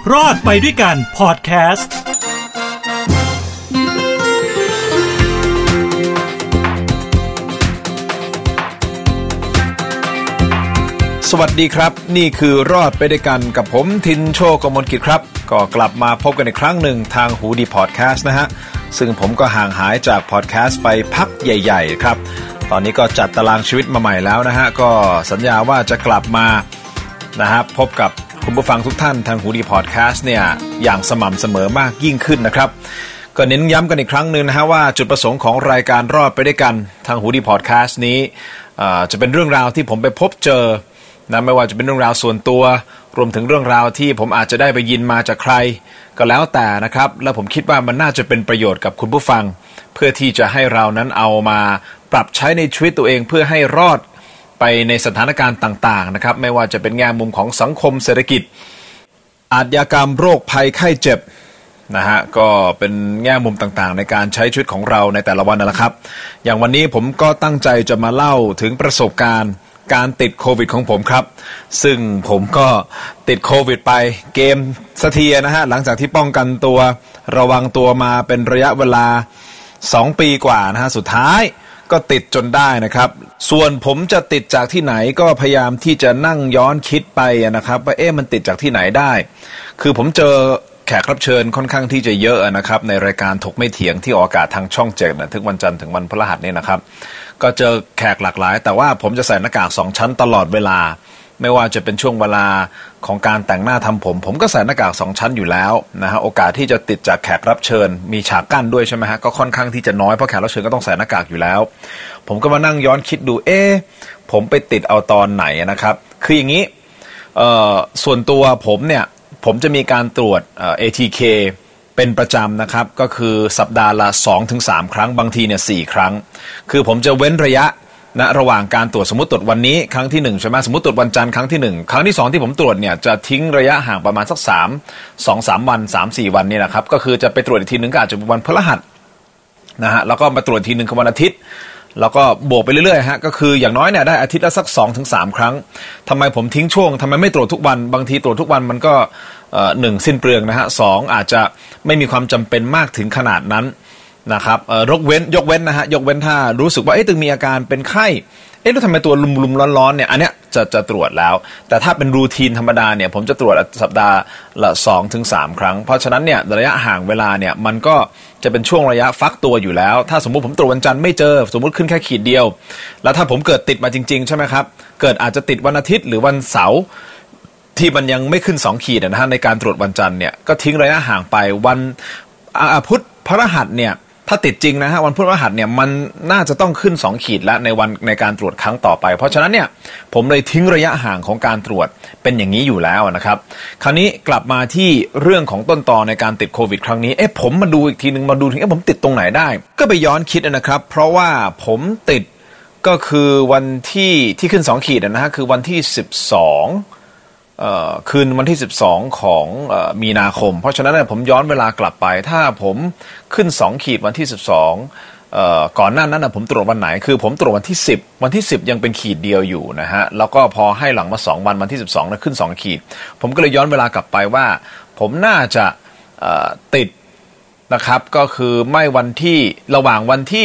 รอดไปด้วยกันพอดแคสต์สวัสดีครับนี่คือรอดไปด้วยกันกับผมทินโชกมลกิจครับก็กลับมาพบกันอีกครั้งหนึ่งทางหูดีพอดแคสต์นะฮะซึ่งผมก็ห่างหายจากพอดแคสต์ไปพักใหญ่ๆครับตอนนี้ก็จัดตารางชีวิตมาใหม่แล้วนะฮะก็สัญญาว่าจะกลับมานะฮะพบกับคุณผู้ฟังทุกท่านทางหูดีพอดแคสต์เนี่ยอย่างสม่ำเสมอมากยิ่งขึ้นนะครับก็เน้นย้ำกันอีกครั้งนึงนะฮะว่าจุดประสงค์ของรายการรอดไปด้วยกันทางหูดีพอดแคสต์นี้จะเป็นเรื่องราวที่ผมไปพบเจอนะไม่ว่าจะเป็นเรื่องราวส่วนตัวรวมถึงเรื่องราวที่ผมอาจจะได้ไปยินมาจากใครก็แล้วแต่นะครับแล้วผมคิดว่ามันน่าจะเป็นประโยชน์กับคุณผู้ฟังเพื่อที่จะให้เรานั้นเอามาปรับใช้ในชีวิตตัวเองเพื่อให้รอดไปในสถานการณ์ต่างๆนะครับไม่ว่าจะเป็นแง่มุมของสังคมเศรษฐกิจอาชญากรรมโรคภัยไข้เจ็บนะฮะก็เป็นแง่มุมต่างๆในการใช้ชีวิตของเราในแต่ละวันนั่นแหละครับอย่างวันนี้ผมก็ตั้งใจจะมาเล่าถึงประสบการณ์การติดโควิดของผมครับซึ่งผมก็ติดโควิดไปเกมสะเทียนะฮะหลังจากที่ป้องกันตัวระวังตัวมาเป็นระยะเวลา2 ปีกว่านะฮะสุดท้ายก็ติดจนได้นะครับส่วนผมจะติดจากที่ไหนก็พยายามที่จะนั่งย้อนคิดไปนะครับว่ามันติดจากที่ไหนได้คือผมเจอแขกรับเชิญค่อนข้างที่จะเยอะนะครับในรายการถกไม่เถียงที่ออกอากาศทางช่อง7นะทุกวันจันทร์ถึงวันพฤหัสนี่นะครับก็เจอแขกหลากหลายแต่ว่าผมจะใส่หน้ากาก2ชั้นตลอดเวลาไม่ว่าจะเป็นช่วงเวลาของการแต่งหน้าทำผมก็ใส่หน้ากาก2ชั้นอยู่แล้วนะฮะโอกาสที่จะติดจากแขกรับเชิญมีฉากกั้นด้วยใช่ไหมฮะก็ค่อนข้างที่จะน้อยเพราะแขกรับเชิญก็ต้องใส่หน้ากากอยู่แล้วผมก็มานั่งย้อนคิดดูผมไปติดเอาตอนไหนนะครับคืออย่างนี้ส่วนตัวผมจะมีการตรวจATK เป็นประจำนะครับก็คือสัปดาห์ละ 2-3 ครั้งบางทีเนี่ย4 ครั้งคือผมจะเว้นระยะนะระหว่างการตรวจสมมุติตรวจวันนี้ครั้งที่1ใช่ไหมสมมุติตรวจวันจันทร์ครั้งที่1ครั้งที่2ที่ผมตรวจเนี่ยจะทิ้งระยะห่างประมาณสัก2-3 วัน 3-4 วันนี่นะครับก็คือจะไปตรวจอีกทีนึงก็อาจจะเป็นวันพฤหัสนะฮะแล้วก็มาตรวจทีนึงคือวันอาทิตย์แล้วก็บวกไปเรื่อยๆฮะก็คืออย่างน้อยเนี่ยได้อาทิตย์ละสัก 2-3 ครั้งทำไมผมทิ้งช่วงทำไมไม่ตรวจทุกวันบางทีตรวจทุกวันมันก็1สิ้นเปลืองนะฮะ2อาจจะไม่มีความจำเป็นมากถึงขนาดนั้นนะครับยกเว้นนะฮะยกเว้นถ้ารู้สึกว่าตึงมีอาการเป็นไข้แล้วทำไมตัวลุมๆร้อนๆเนี่ยอันเนี้ยจะตรวจแล้วแต่ถ้าเป็นรูทีนธรรมดาเนี่ยผมจะตรวจสัปดาห์ละ 2-3 ครั้งเพราะฉะนั้นเนี่ยระยะห่างเวลาเนี่ยมันก็จะเป็นช่วงระยะฟักตัวอยู่แล้วถ้าสมมุติผมตรวจวันจันทร์ไม่เจอสมมุติขึ้นแค่ขีดเดียวแล้วถ้าผมเกิดติดมาจริงๆใช่ไหมครับเกิดอาจจะติดวันอาทิตย์หรือวันเสาร์ที่มันยังไม่ขึ้น2 ขีดนะฮะในการตรวจวันจันทร์เนี่ยก็ทิ้งระยะห่างไปวันพุธพฤหัสเนี่ยถ้าติดจริงนะฮะวันพุธพฤหัสเนี่ยมันน่าจะต้องขึ้น2 ขีดแล้วในการตรวจครั้งต่อไปเพราะฉะนั้นเนี่ยผมเลยทิ้งระยะห่างของการตรวจเป็นอย่างนี้อยู่แล้วนะครับคราวนี้กลับมาที่เรื่องของต้นตอในการติดโควิดครั้งนี้ผมมาดูอีกทีนึงมาดูถึงผมติดตรงไหนได้ก็ไปย้อนคิดนะครับเพราะว่าผมติดก็คือวันที่ขึ้น2 ขีดนะฮะคือวันที่12คืนวันที่12ของมีนาคมเพราะฉะนั้นเนี่ยผมย้อนเวลากลับไปถ้าผมขึ้น2 ขีดวันที่12ก่อนหน้านั้นนะผมตรวจวันไหนคือผมตรวจวันที่10ยังเป็นขีดเดียวอยู่นะฮะแล้วก็พอให้หลังมา2 วันวันที่12นะขึ้น2 ขีดผมก็เลยย้อนเวลากลับไปว่าผมน่าจะติดนะครับก็คือไม่วันที่ระหว่างวันที่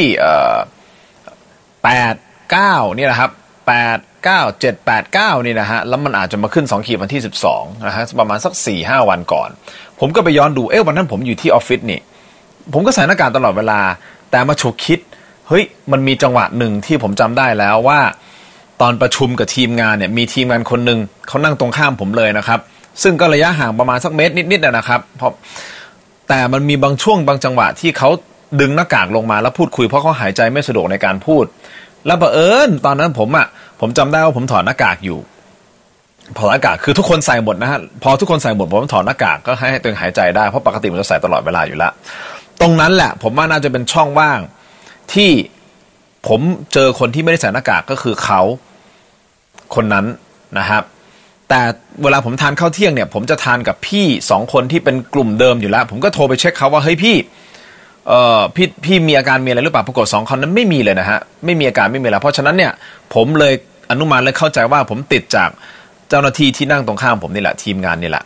8 9นี่นะครับ8 9 7 8 9นี่นะฮะแล้วมันอาจจะมาขึ้น2 ขีดวันที่12นะฮะประมาณสัก 4-5 วันก่อนผมก็ไปย้อนดูวันนั้นผมอยู่ที่ออฟฟิศนี่ผมก็ใส่หน้ากากตลอดเวลาแต่มาฉุกคิดมันมีจังหวะหนึ่งที่ผมจำได้แล้วว่าตอนประชุมกับทีมงานเนี่ยมีทีมงานคนนึงเขานั่งตรงข้ามผมเลยนะครับซึ่งก็ระยะห่างประมาณสักเมตรนิดๆนะครับแต่มันมีบางช่วงบางจังหวะที่เขาดึงหน้ากากลงมาแล้วพูดคุยเพราะเขาหายใจไม่สะดวกในการพูดแล้วบังเอิญตอนนั้นผมจำได้ว่าผมถอดหน้ากากอยู่ถอดหน้ากากคือทุกคนใส่หมดนะฮะพอทุกคนใส่หมดผมถอดหน้ากากก็ให้ตัวเองหายใจได้เพราะปกติผมจะใส่ตลอดเวลาอยู่แล้วตรงนั้นแหละผมว่าน่าจะเป็นช่องว่างที่ผมเจอคนที่ไม่ได้ใส่หน้ากากก็คือเขาคนนั้นนะครับแต่เวลาผมทานข้าวเที่ยงเนี่ยผมจะทานกับพี่2 คนที่เป็นกลุ่มเดิมอยู่แล้วผมก็โทรไปเช็คเขาว่าเฮ้ยพี่มีอาการมีอะไรหรือเปล่าปรากฏ2 คนนั้นไม่มีเลยนะฮะไม่มีอาการไม่มีอะไรเพราะฉะนั้นเนี่ยผมเลยอนุมานและเข้าใจว่าผมติดจากเจ้าหน้าที่ที่นั่งตรงข้ามผมนี่แหละทีมงานนี่แหละ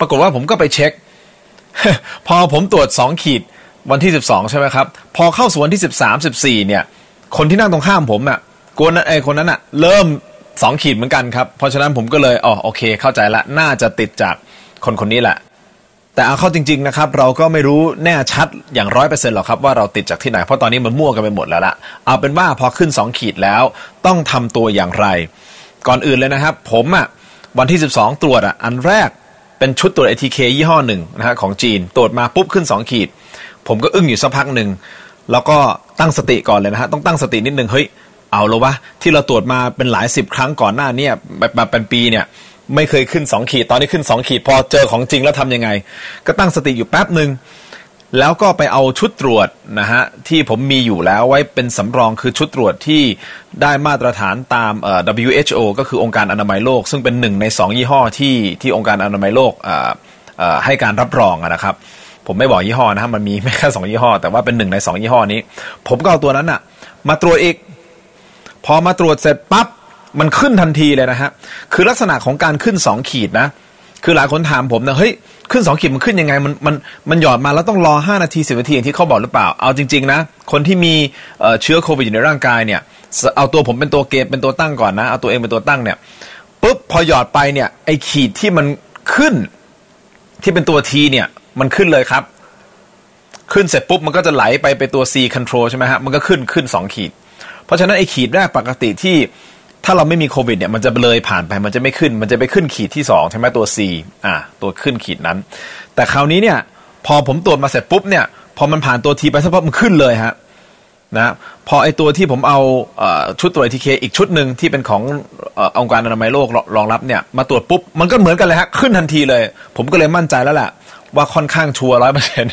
ปรากฏว่าผมก็ไปเช็ค พอผมตรวจ2ขีดวันที่12ใช่ไหมครับพอเข้าสู่วันที่13 14เนี่ยคนที่นั่งตรงข้ามผมอ่ะคนนั้นอ่ะเริ่ม2ขีดเหมือนกันครับเพราะฉะนั้นผมก็เลยโอเคเข้าใจละน่าจะติดจากคนนี้แหละแต่เอาเข้าจริงๆนะครับเราก็ไม่รู้แน่ชัดอย่าง 100% หรอกครับว่าเราติดจากที่ไหนเพราะตอนนี้มันมั่วกันไปหมดแล้วละเอาเป็นว่าพอขึ้น2ขีดแล้วต้องทำตัวอย่างไรก่อนอื่นเลยนะครับผมอ่ะวันที่12ตรวจอันแรกเป็นชุดตรวจ ATK ยี่ห้อหนึ่งนะฮะของจีนตรวจมาปุ๊บขึ้น2ขีดผมก็อึ้งอยู่สักพักหนึ่งแล้วก็ตั้งสติก่อนเลยนะฮะต้องตั้งสตินิดนึงเฮ้ยเอาละวะที่เราตรวจมาเป็นหลาย10ครั้งก่อนหน้านี้แบบเป็นปีเนี่ยไม่เคยขึ้น2ขีดตอนนี้ขึ้น2ขีดพอเจอของจริงแล้วทำยังไงก็ตั้งสติอยู่แป๊บนึงแล้วก็ไปเอาชุดตรวจนะฮะที่ผมมีอยู่แล้วไว้เป็นสำรองคือชุดตรวจที่ได้มาตรฐานตามWHO ก็คือองค์การอนามัยโลกซึ่งเป็น1ใน2ยี่ห้อที่องค์การอนามัยโลกให้การรับรองนะครับผมไม่บอกยี่ห้อนะฮะมันมีไม่แค่2ยี่ห้อแต่ว่าเป็น1ใน2ยี่ห้อนี้ผมก็เอาตัวนั้นมาตรวจอีกพอมาตรวจเสร็จปั๊บมันขึ้นทันทีเลยนะฮะคือลักษณะของการขึ้น2ขีดนะคือหลายคนถามผมนะเฮ้ยขึ้น2ขีดมันขึ้นยังไงมันหยอดมาแล้วต้องรอ5นาที10นาทีอย่างที่เขาบอกหรือเปล่าเอาจริงๆนะคนที่มีเชื้อโควิดอยู่ในร่างกายเนี่ยเอาตัวผมเป็นตัวเกณฑ์เป็นตัวตั้งก่อนนะเอาตัวเองเป็นตัวตั้งเนี่ยปุ๊บพอหยอดไปเนี่ยไอ้ขีดที่มันขึ้นที่เป็นตัว T เนี่ยมันขึ้นเลยครับขึ้นเสร็จปุ๊บมันก็จะไหลไปตัว C control ใช่ไหมฮะมันก็ขึ้น2ขีดเพราะฉะนั้นไอ้ขีดแรกปกติที่ถ้าเราไม่มีโควิดเนี่ยมันจะเลยผ่านไปมันจะไม่ขึ้นมันจะไปขึ้นขีดที่2ใช่ไหมตัว C ตัวขึ้นขีดนั้นแต่คราวนี้เนี่ยพอผมตรวจมาเสร็จปุ๊บเนี่ยพอมันผ่านตัว T ไปสักพักมันขึ้นเลยฮะนะพอไอ้ตัวที่ผมเอาชุดตรวจ ATK อีกชุดหนึ่งที่เป็นขององค์การอนามัยโลกรองรับเนี่ยมาตรวจปุ๊บมันก็เหมือนกันเลยฮะขึ้นทันทีเลยผมก็เลยมั่นใจแล้วแหละว่าค่อนข้างชัวร์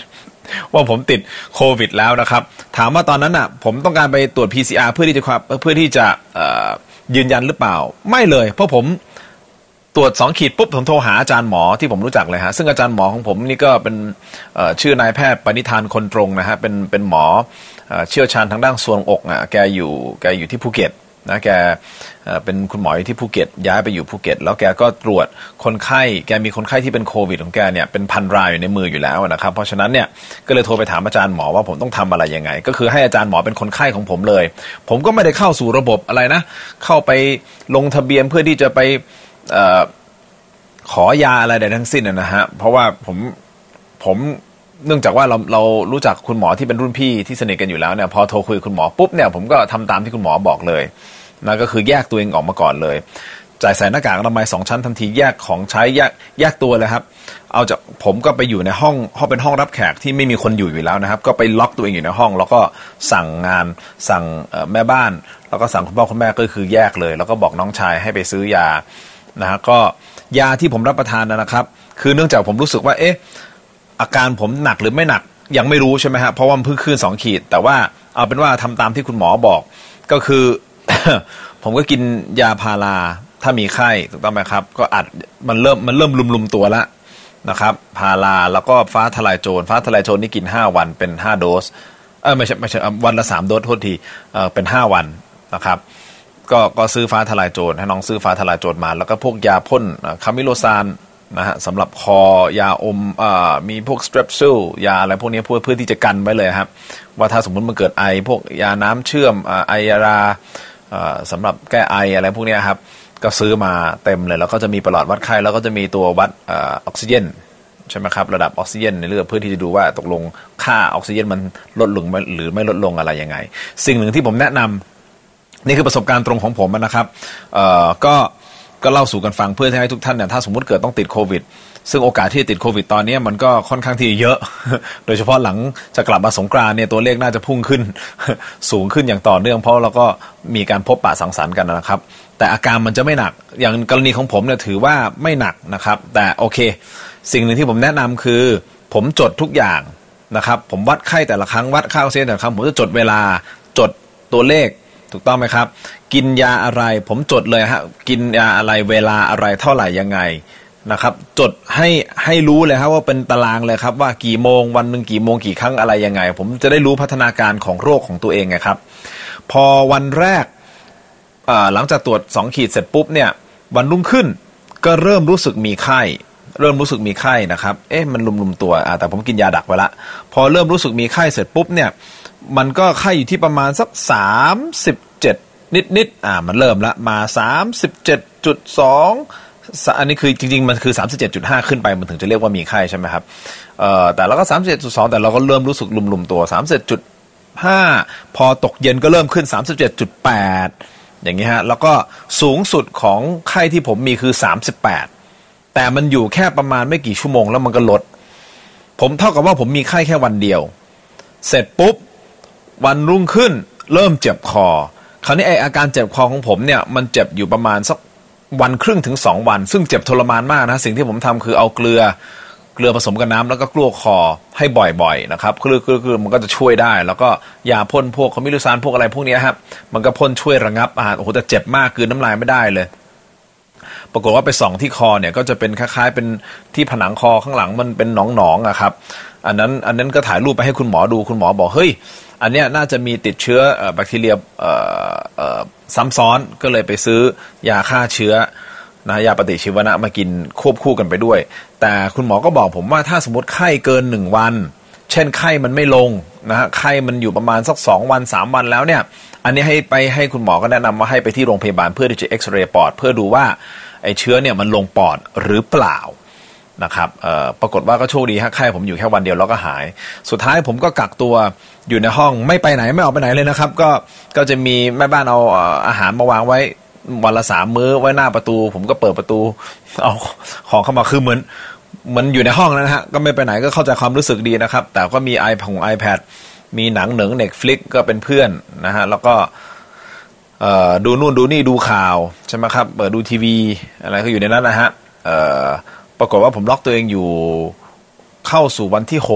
100% ว่าผมติดโควิดแล้วนะครับถามว่าตอนนั้นผมต้องการไปตรวจ PCR เพื่อที่จะยืนยันหรือเปล่าไม่เลยเพราะผมตรวจ2ขีดปุ๊บผมโทรหาอาจารย์หมอที่ผมรู้จักเลยฮะซึ่งอาจารย์หมอของผมนี่ก็เป็นชื่อนายแพทย์ปณิธานคนตรงนะฮะเป็นหมอเชี่ยวชาญทางด้านทรวงอกแกอยู่ที่ภูเก็ตนะแกเป็นคุณหมอที่ภูเก็ตย้ายไปอยู่ภูเก็ตแล้วแกก็ตรวจคนไข้แกมีคนไข้ที่เป็นโควิดของแกเนี่ยเป็น1,000 รายอยู่ในมืออยู่แล้วนะครับเพราะฉะนั้นเนี่ยก็เลยโทรไปถามอาจารย์หมอว่าผมต้องทำอะไรยังไงก็คือให้อาจารย์หมอเป็นคนไข้ของผมเลยผมก็ไม่ได้เข้าสู่ระบบอะไรนะเข้าไปลงทะเบียนเพื่อที่จะไปขอยาอะไรใดทั้งสิ้นนะฮะเพราะว่าผมเนื่องจากว่าเรารู้จักคุณหมอที่เป็นรุ่นพี่ที่สนิทกันอยู่แล้วเนี่ยพอโทรคุยกับคุณหมอปุ๊บเนี่ยผมก็ทำตามที่คุณหมอบอกเลยนะก็คือแยกตัวเองออกมาก่อนเลยจ่ายใส่หน้ากากอนามัย2ชั้นทันทีแยกของใช้แยกตัวเลยครับเอาจากผมก็ไปอยู่ในห้องเป็นห้องรับแขกที่ไม่มีคนอยู่แล้วนะครับก็ไปล็อกตัวเองอยู่ในห้องแล้วก็สั่งงานสั่งแม่บ้านแล้วก็สั่งคุณพ่อคุณแม่ก็คือแยกเลยแล้วก็บอกน้องชายให้ไปซื้อยานะฮะก็ยาที่ผมรับประทานนะครับคือเนื่องจากผมรู้สึกว่าอาการผมหนักหรือไม่หนักยังไม่รู้ใช่ไหมฮะเพราะว่ามันเพิ่งขึ้น2ขีดแต่ว่าเอาเป็นว่าทำตามที่คุณหมอบอกก็คือ ผมก็กินยาพาราถ้ามีไข้ถูกต้องไหมครับก็มันเริ่มลุมตัวแล้วนะครับพาราแล้วก็ฟ้าทลายโจรนี่กิน5วันเป็น5โดสไม่ใช่วันละ3โดสโทษทีเป็น5วันนะครับก็ซื้อฟ้าทลายโจรให้น้องซื้อฟ้าทลายโจรมาแล้วก็พวกยาพ่นคามิโลซานนะฮะสำหรับคอยาอมมีพวกสเตรปซิลยาอะไรพวกนี้เพื่อที่จะกันไว้เลยครับว่าถ้าสมมุติมันเกิดไอพวกยาน้ำเชื่อมไอยาราสำหรับแก้ไออะไรพวกนี้ครับก็ซื้อมาเต็มเลยแล้วก็จะมีประหลอดวัดไข้แล้วก็จะมีตัววัดออกซิเจนใช่ไหมครับระดับออกซิเจนในเลือดเพื่อที่จะดูว่าตกลงค่าออกซิเจนมันลดลงหรือไม่ลดลงอะไรยังไงสิ่งหนึ่งที่ผมแนะนำนี่คือประสบการณ์ตรงของผมนะครับก็เล่าสู่กันฟังเพื่อให้ทุกท่านเนี่ยถ้าสมมุติเกิดต้องติดโควิดซึ่งโอกาสที่จะติดโควิดตอนนี้มันก็ค่อนข้างที่เยอะ โดยเฉพาะหลังจะกลับมาสงกรานต์เนี่ยตัวเลขน่าจะพุ่งขึ้น สูงขึ้นอย่างต่อเนื่องเพราะเราก็มีการพบปะสังสรรค์กันนะครับแต่อาการมันจะไม่หนักอย่างกรณีของผมเนี่ยถือว่าไม่หนักนะครับแต่โอเคสิ่งหนึ่งที่ผมแนะนำคือผมจดทุกอย่างนะครับผมวัดไข้แต่ละครั้งวัดค่าออกซิเจนแต่ละครั้งผมจะจดเวลาจดตัวเลขถูกต้องไหมครับกินยาอะไรผมจดเลยฮะกินยาอะไรเวลาอะไรเท่าไหร่ยังไงนะครับจดให้รู้เลยครับว่าเป็นตารางเลยครับว่ากี่โมงวันนึงกี่โมงกี่ครั้งอะไรยังไงผมจะได้รู้พัฒนาการของโรคของตัวเองไงครับพอวันแรกหลังจากตรวจ2ขีดเสร็จปุ๊บเนี่ยวันรุ่งขึ้นก็เริ่มรู้สึกมีไข้เริ่มรู้สึกมีไข้นะครับมันลุมๆตัวแต่ผมกินยาดักไว้ละพอเริ่มรู้สึกมีไข้เสร็จปุ๊บเนี่ยมันก็ไข้อยู่ที่ประมาณสัก37นิดมันเริ่มละมา 37.2 อันนี้คือจริงๆมันคือ 37.5 ขึ้นไปมันถึงจะเรียกว่ามีไข้ใช่ไหมครับแต่เราก็ 37.2 แต่เราก็เริ่มรู้สึกลุมๆตัว 37.5 พอตกเย็นก็เริ่มขึ้น 37.8 อย่างนี้ฮะแล้วก็สูงสุดของไข้ที่ผมมีคือ38แต่มันอยู่แค่ประมาณไม่กี่ชั่วโมงแล้วมันก็ลดผมเท่ากับว่าผมมีไข้แค่วันเดียวเสร็จปุ๊บวันรุ่งขึ้นเริ่มเจ็บคอคราวนี้อาการเจ็บคอของผมเนี่ยมันเจ็บอยู่ประมาณสักวันครึ่งถึง2วันซึ่งเจ็บทรมานมากนะสิ่งที่ผมทำคือเอาเกลือผสมกับน้ำแล้วก็กลัวคอให้บ่อยๆนะครับเกลือมันก็จะช่วยได้แล้วก็ยาพ่นพวกคอมิลูซานพวกอะไรพวกนี้ครับมันก็พ่นช่วยระงับโอ้โหแต่เจ็บมากคือน้ำลายไม่ได้เลยปรากฏว่าไปส่องที่คอเนี่ยก็จะเป็นคล้ายๆเป็นที่ผนังคอข้างหลังมันเป็นหนองๆอะครับอันนั้นก็ถ่ายรูปไปให้คุณหมอดูคุณหมอบอกเฮ้ยอันเนี้ยน่าจะมีติดเชื้อแบคทีเรียซ้ำซ้อนก็เลยไปซื้อยาฆ่าเชื้อนะยาปฏิชีวนะมากินควบคู่กันไปด้วยแต่คุณหมอก็บอกผมว่าถ้าสมมติไข้เกิน1วันเช่นไข้มันไม่ลงนะฮะไข้มันอยู่ประมาณสัก2วัน3วันแล้วเนี่ยอันนี้ให้คุณหมอก็แนะนำว่าให้ไปที่โรงพยาบาลเพื่อที่จะเอ็กซเรย์ปอดเพื่อดูว่าไอ้เชื้อเนี่ยมันลงปอดหรือเปล่านะครับปรากฏว่าก็โชคดีฮะไข้ผมอยู่แค่วันเดียวแล้วก็หายสุดท้ายผมก็กักตัวอยู่ในห้องไม่ไปไหนไม่ออกไปไหนเลยนะครับก็จะมีแม่บ้านเอาอาหารมาวางไว้วันละ3มื้อไว้หน้าประตูผมก็เปิดประตูเอาของเข้ามาคือเหมือนอยู่ในห้องนะฮะก็ไม่ไปไหนก็เข้าใจความรู้สึกดีนะครับแต่ก็มี iPad มีหนังNetflix ก็เป็นเพื่อนนะฮะแล้วก็ดูนู่นดูนี่ดูข่าวใช่ไหมครับเปิดดูทีวีอะไรก็อยู่ในนั้นนะฮะปรากฏว่าผมล็อกตัวเองอยู่เข้าสู่วันที่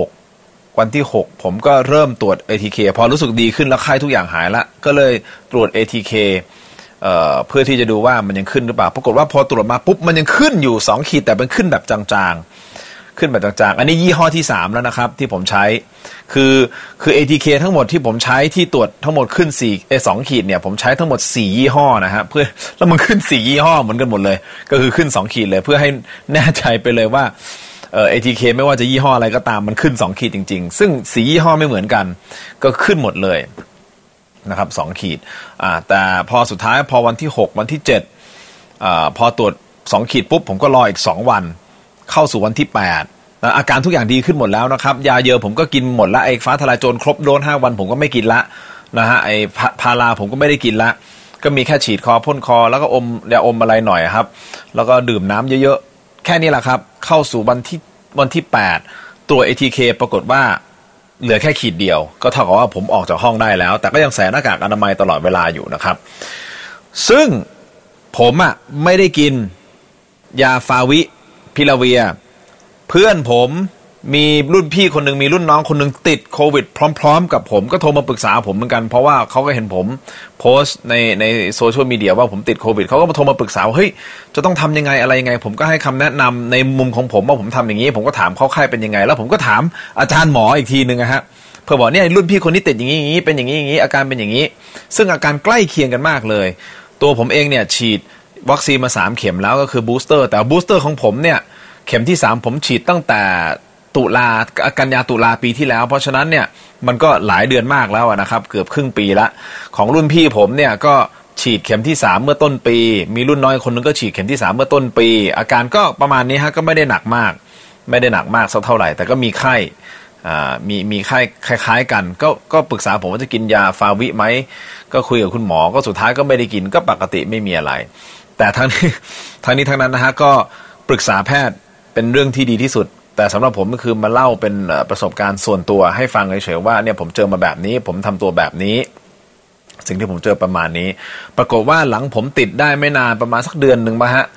6ผมก็เริ่มตรวจ ATK พอรู้สึกดีขึ้นแล้วไข้ทุกอย่างหายละก็เลยตรวจ ATK เพื่อที่จะดูว่ามันยังขึ้นหรือเปล่าปรากฏว่าพอตรวจมาปุ๊บมันยังขึ้นอยู่2ขีดแต่เป็นขึ้นแบบจางๆขึ้นแบบจางๆอันนี้ยี่ห้อที่3แล้วนะครับที่ผมใช้คือ ATK ทั้งหมดที่ผมใช้ที่ตรวจทั้งหมดขึ้น2ขีดเนี่ยผมใช้ทั้งหมด4ยี่ห้อนะฮะเพื่อแล้วมันขึ้น4ยี่ห้อเหมือนกันหมดเลยก็คือขึ้น2ขีดเลยเพื่อให้แน่ใจไปเลยว่าATK ไม่ว่าจะยี่ห้ออะไรก็ตามมันขึ้น2ขีดจริงๆซึ่ง4ยี่ห้อไม่เหมือนกันก็ขึ้นหมดเลยนะครับ2ขีดแต่พอสุดท้ายพอวันที่6วันที่7พอตรวจ2ขีดปุ๊บผมก็รออีก2วันเข้าสู่วันที่8อาการทุกอย่างดีขึ้นหมดแล้วนะครับยาเยอะผมก็กินหมดละไอ้ฟ้าทลายโจรครบโดน5วันผมก็ไม่กินละนะฮะไอ้พาราผมก็ไม่ได้กินละก็มีแค่ฉีดคอพ่นคอแล้วก็อมยาอมอะไรหน่อยครับแล้วก็ดื่มน้ำเยอะๆแค่นี้แหละครับเข้าสู่วันที่8ตัว ATK ปรากฏว่าเหลือแค่ขีดเดียวก็เท่ากับว่าผมออกจากห้องได้แล้วแต่ก็ยังใส่หน้ากากอนามัยตลอดเวลาอยู่นะครับซึ่งผมไม่ได้กินยาฟาวิพิลาเวียเพื่อนผมมีรุ่นพี่คนหนึ่งมีรุ่นน้องคนหนึ่งติดโควิดพร้อมๆกับผมก็โทรมาปรึกษาผมเหมือนกันเพราะว่าเขาก็เห็นผมโพสต์ในโซเชียลมีเดียว่าผมติดโควิดเขาก็มาโทรมาปรึกษาว่าเฮ้ยจะต้องทำยังไงอะไรยังไงผมก็ให้คำแนะนำในมุมของผมว่าผมทำอย่างนี้ผมก็ถามเขาไข้เป็นยังไงแล้วผมก็ถามอาจารย์หมออีกทีนึงฮะเพื่อบอกเนี่ยรุ่นพี่คนนี้ติดอย่างนี้เป็นอย่างนี้อาการเป็นอย่างนี้ซึ่งอาการใกล้เคียงกันมากเลยตัวผมเองเนี่ยฉีดวัคซีนมา3เข็มแล้วก็คือบูสเตอร์แต่บูสเตอร์ของผมเนี่ยเข็มที่3ผมฉีดตั้งแต่กันยาตุลาปีที่แล้วเพราะฉะนั้นเนี่ยมันก็หลายเดือนมากแล้วนะครับเกือบครึ่งปีละของรุ่นพี่ผมเนี่ยก็ฉีดเข็มที่3เมื่อต้นปีมีรุ่นน้อยคนนึงก็ฉีดเข็มที่3เมื่อต้นปีอาการก็ประมาณนี้ฮะก็ไม่ได้หนักมากสักเท่าไหร่แต่ก็มีไข้มีไข้คล้ายๆกันก็ปรึกษาผมว่าจะกินยาฟาวิไหมก็คุยกับคุณหมอก็สุดท้ายก็ไม่ได้กินก็ปกติไม่มีอะไรแต่ทั้งนี้ทั้งนั้นนะฮะก็ปรึกษาแพทย์เป็นเรื่องที่ดีที่สุดแต่สำหรับผมก็คือมาเล่าเป็นประสบการณ์ส่วนตัวให้ฟังเฉยๆว่าเนี่ยผมเจอมาแบบนี้ผมทำตัวแบบนี้สิ่งที่ผมเจอประมาณนี้ปรากฏว่าหลังผมติดได้ไม่นานประมาณสักเดือนนึงมาฮะ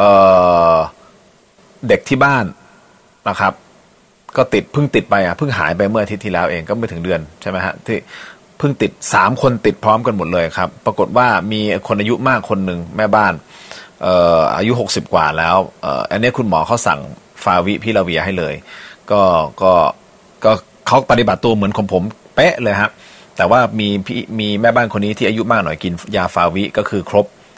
เด็กที่บ้านนะครับก็เพิ่งติดไปเพิ่งหายไปเมื่ออาทิตย์ที่แล้วเองก็ไม่ถึงเดือนใช่ไหมฮะที่เพิ่งติด3คนติดพร้อมกันหมดเลยครับปรากฏว่ามีคนอายุมากคนหนึ่งแม่บ้านอายุ60กว่าแล้วอันนี้คุณหมอเขาสั่งฟาวิพิลาเวียให้เลยก็เขาปฏิบัติตัวเหมือนของผมเป๊ะเลยครับแต่ว่ามีแม่บ้านคนนี้ที่อายุมากหน่อยกินยาฟาวิก็คือครบ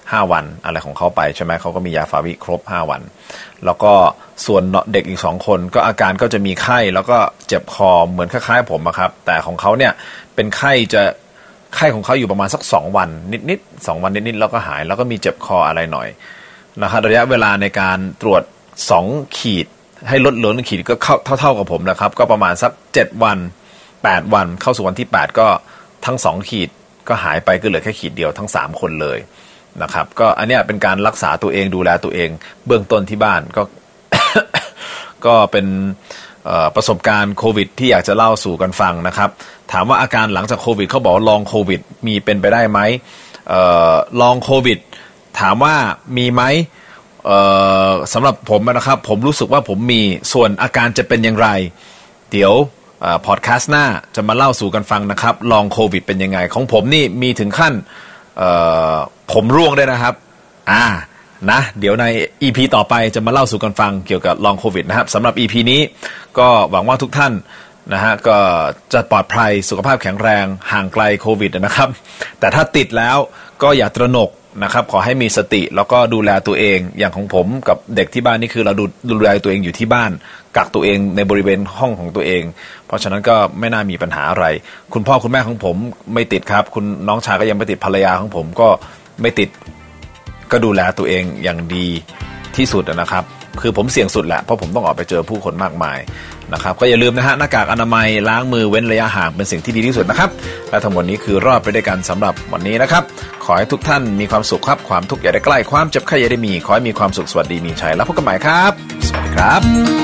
5 วันอะไรของเขาไปใช่ไหมเขาก็มียาฟาวิครบ5 วันแล้วก็ส่วนเด็กอีก2 คนก็อาการก็จะมีไข้แล้วก็เจ็บคอเหมือนคล้ายๆผมครับแต่ของเขาเนี่ยเป็นไข้ของเขาอยู่ประมาณสัก2 วันนิดๆ2 วันนิดๆแล้วก็หายแล้วก็มีเจ็บคออะไรหน่อยนะครับระยะเวลาในการตรวจ2 ขีดให้ลดเหลือ1 ขีดก็เท่ากับผมนะครับก็ประมาณสัก7 วัน8 วันเข้าสู่วันที่8ก็ทั้ง2 ขีดก็หายไปก็เหลือแค่ขีดเดียวทั้ง3 คนเลยนะครับก็อันนี้เป็นการรักษาตัวเองดูแลตัวเองเบื้องต้นที่บ้านก็ ก็เป็นประสบการณ์โควิดที่อยากจะเล่าสู่กันฟังนะครับถามว่าอาการหลังจากโควิดเขาบอกลองโควิดมีเป็นไปได้ไหมลองโควิดถามว่ามีไหมสำหรับผมนะครับผมรู้สึกว่าผมมีส่วนอาการจะเป็นอย่างไรเดี๋ยวพอดแคสต์หน้าจะมาเล่าสู่กันฟังนะครับลองโควิดเป็นยังไงของผมนี่มีถึงขั้นผมร่วงได้นะครับนะเดี๋ยวใน EP ต่อไปจะมาเล่าสู่กันฟังเกี่ยวกับลองโควิดนะครับสำหรับ EP นี้ก็หวังว่าทุกท่านนะฮะก็จะปลอดภัยสุขภาพแข็งแรงห่างไกลโควิดนะครับแต่ถ้าติดแล้วก็อย่าตระหนกนะครับขอให้มีสติแล้วก็ดูแลตัวเองอย่างของผมกับเด็กที่บ้านนี่คือเราดูแลตัวเองอยู่ที่บ้านกักตัวเองในบริเวณห้องของตัวเองเพราะฉะนั้นก็ไม่น่ามีปัญหาอะไรคุณพ่อคุณแม่ของผมไม่ติดครับคุณน้องชายก็ยังไม่ติดภรรยาของผมก็ไม่ติดก็ดูแลตัวเองอย่างดีที่สุดนะครับคือผมเสี่ยงสุดแหละเพราะผมต้องออกไปเจอผู้คนมากมายนะครับก็อย่าลืมนะฮะหน้ากากอนามัยล้างมือเว้นระยะห่างเป็นสิ่งที่ดีที่สุดนะครับและทั้งหมดนี้คือรอดไปด้วยกันสำหรับวันนี้นะครับขอให้ทุกท่านมีความสุขครับความทุกข์อย่าได้ใกล้ความเจ็บไข้อย่าได้มีขอให้มีความสุขสวัสดีมีชัยแล้วพบกันใหม่ครับสวัสดีครับ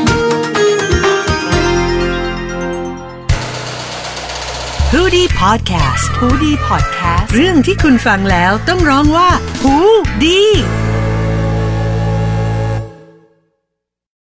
Hoodie Podcast เรื่องที่คุณฟังแล้วต้องร้องว่าหูดี